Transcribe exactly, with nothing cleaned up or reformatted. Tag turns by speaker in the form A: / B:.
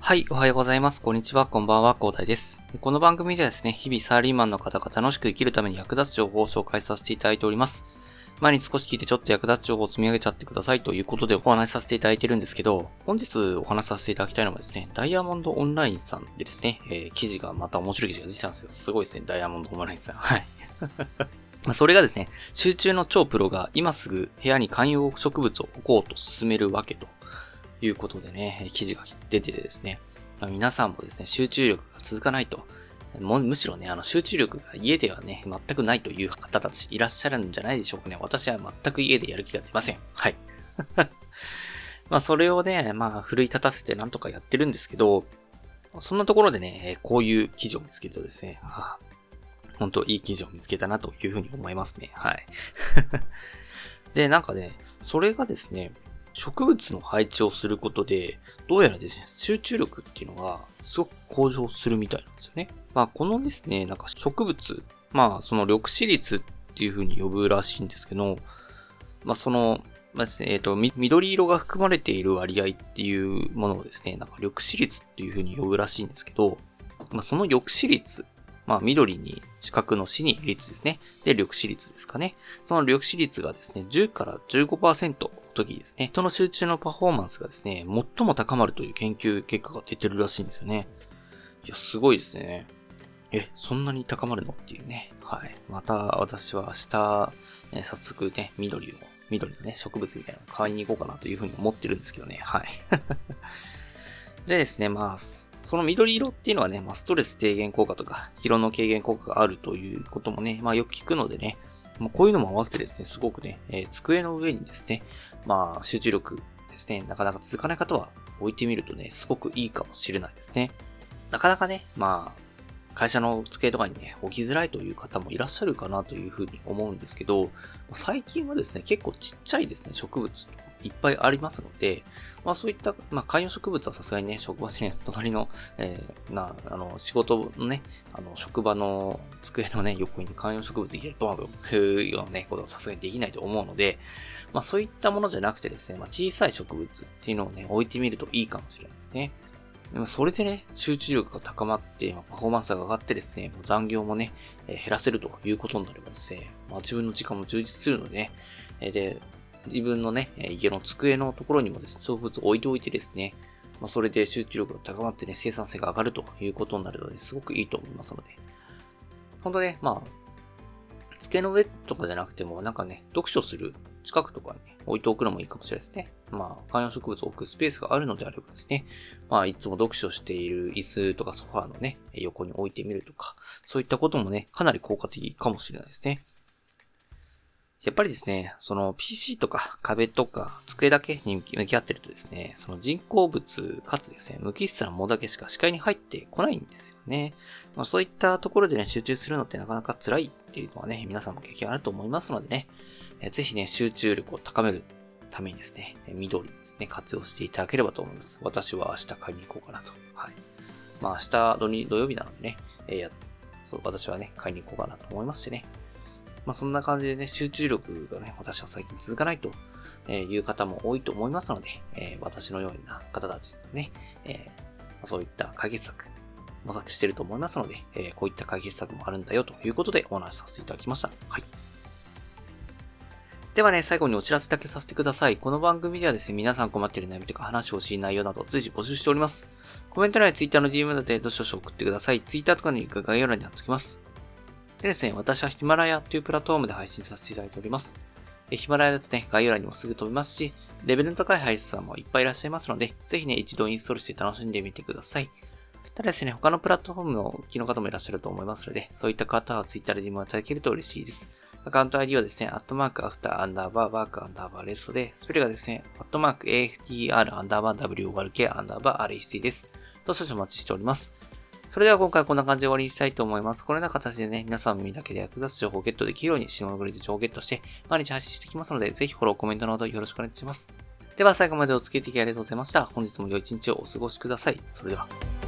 A: はい、おはようございます。こんにちは、こんばんは、こうたいです。この番組ではですね、日々サラリーマンの方が楽しく生きるために役立つ情報を紹介させていただいております。毎日少し聞いてちょっと役立つ情報を積み上げちゃってくださいということでお話しさせていただいてるんですけど、本日お話しさせていただきたいのはですね、ダイヤモンドオンラインさんでですね、えー、記事がまた面白い記事が出てたんですよ。すごいですね、ダイヤモンドオンラインさん。はい。まあそれがですね、集中の超プロが今すぐ部屋に観葉植物を置こうと進めるわけということでね、記事が出ててですね、まあ、皆さんもですね、集中力が続かないと、もむしろね、あの集中力が家ではね、全くないという方たちいらっしゃるんじゃないでしょうかね。私は全く家でやる気が出ません。はい。まあそれをね、まあ奮い立たせてなんとかやってるんですけど、そんなところでね、こういう記事を見つけるとですね、はあ、本当いい記事を見つけたなというふうに思いますね。はい。で、なんかね、それがですね、植物の配置をすることで、どうやらですね、集中力っていうのがすごく向上するみたいなんですよね。まあ、このですね、なんか植物、まあ、その緑子率っていう風に呼ぶらしいんですけど、まあ、その、まあですね、えっと、緑色が含まれている割合っていうものをですね、なんか緑子率っていう風に呼ぶらしいんですけど、まあ、その緑子率、まあ、緑に四角の子に率ですね。で、緑子率ですかね。その緑子率がですね、じゅうからじゅうごパーセントの時ですね、人の集中のパフォーマンスがですね、最も高まるという研究結果が出てるらしいんですよね。いや、すごいですね。え、そんなに高まるのっていうね。はい。また私は明日、ね、早速ね、緑を、緑のね、植物みたいなのを買いに行こうかなというふうに思ってるんですけどね。はい。でですね、まあ、その緑色っていうのはね、まあ、ストレス低減効果とか、疲労の軽減効果があるということもね、まあよく聞くのでね、まあ、こういうのも合わせてですね、すごくね、えー、机の上にですね、まあ集中力ですね、なかなか続かない方は置いてみるとね、すごくいいかもしれないですね。なかなかね、まあ、会社の机とかにね、置きづらいという方もいらっしゃるかなというふうに思うんですけど、最近はですね、結構ちっちゃいですね、植物いっぱいありますので、まあそういった、まあ観葉植物はさすがにね、職場でね、隣の、えー、な、あの、仕事のね、あの、職場の机のね、横に観葉植物入れると、置くようなね、ことはさすがにできないと思うので、まあそういったものじゃなくてですね、まあ小さい植物っていうのをね、置いてみるといいかもしれないですね。でもそれでね、集中力が高まって、パフォーマンスが上がってですね、残業もね、えー、減らせるということになればですね、まあ、自分の時間も充実するのでね、えー、で、自分のね、家の机のところにもですね、植物を置いておいてですね、まあ、それで集中力が高まってね、生産性が上がるということになるので、すごくいいと思いますので、本当ね、まあ、机の上とかじゃなくても、なんかね、読書する近くとかにね、置いておくのもいいかもしれないですね。まあ、観葉植物を置くスペースがあるのであればですね、まあ、いつも読書している椅子とかソファーのね、横に置いてみるとか、そういったこともね、かなり効果的かもしれないですね。やっぱりですね、その ピーシー とか壁とか机だけに向き合ってるとですね、その人工物かつですね、無機質なものだけしか視界に入ってこないんですよね。まあ、そういったところでね、集中するのってなかなか辛いっていうのはね、皆さんも経験あると思いますのでね、えぜひね、集中力を高めるためにですね、緑ですね、活用していただければと思います。私は明日買いに行こうかなと。はい。まあ明日土に土曜日なのでね、えー、やそう私はね、買いに行こうかなと思いますしね。まあそんな感じでね、集中力がね、私は最近続かないという方も多いと思いますので、えー、私のような方たちね、えー、そういった解決策、模索していると思いますので、えー、こういった解決策もあるんだよということでお話しさせていただきました。はい。ではね、最後にお知らせだけさせてください。この番組ではですね、皆さん困っている悩みとか話してほしい内容など随時募集しております。コメント欄や Twitter の ディーエム などでどしどし送ってください。Twitter とかのリンクが概要欄に貼っておきます。でですね、私はヒマラヤというプラットフォームで配信させていただいております。ヒマラヤだとね、概要欄にもすぐ飛びますし、レベルの高い配信さんもいっぱいいらっしゃいますので、ぜひね、一度インストールして楽しんでみてください。ただですね、他のプラットフォームの機能方もいらっしゃると思いますので、そういった方は Twitter で ディーエム をいただけると嬉しいです。アカウント アイディー はですね、アットマークアフターアンダーバーワークアンダーバーレストで、スペルがですね、アットマーク エーエフティーアール アンダーバー ダブリューオーアールケー アンダーバー アールエイチティー です。どうぞお待ちしております。それでは今回はこんな感じで終わりにしたいと思います。このような形でね、皆さんの耳だけで役立つ情報をゲットできるように、シノグリで情報をゲットして、毎日配信していきますので、ぜひフォロー、コメントなどよろしくお願いします。では最後までお付き合いいただきありがとうございました。本日も良い一日をお過ごしください。それでは。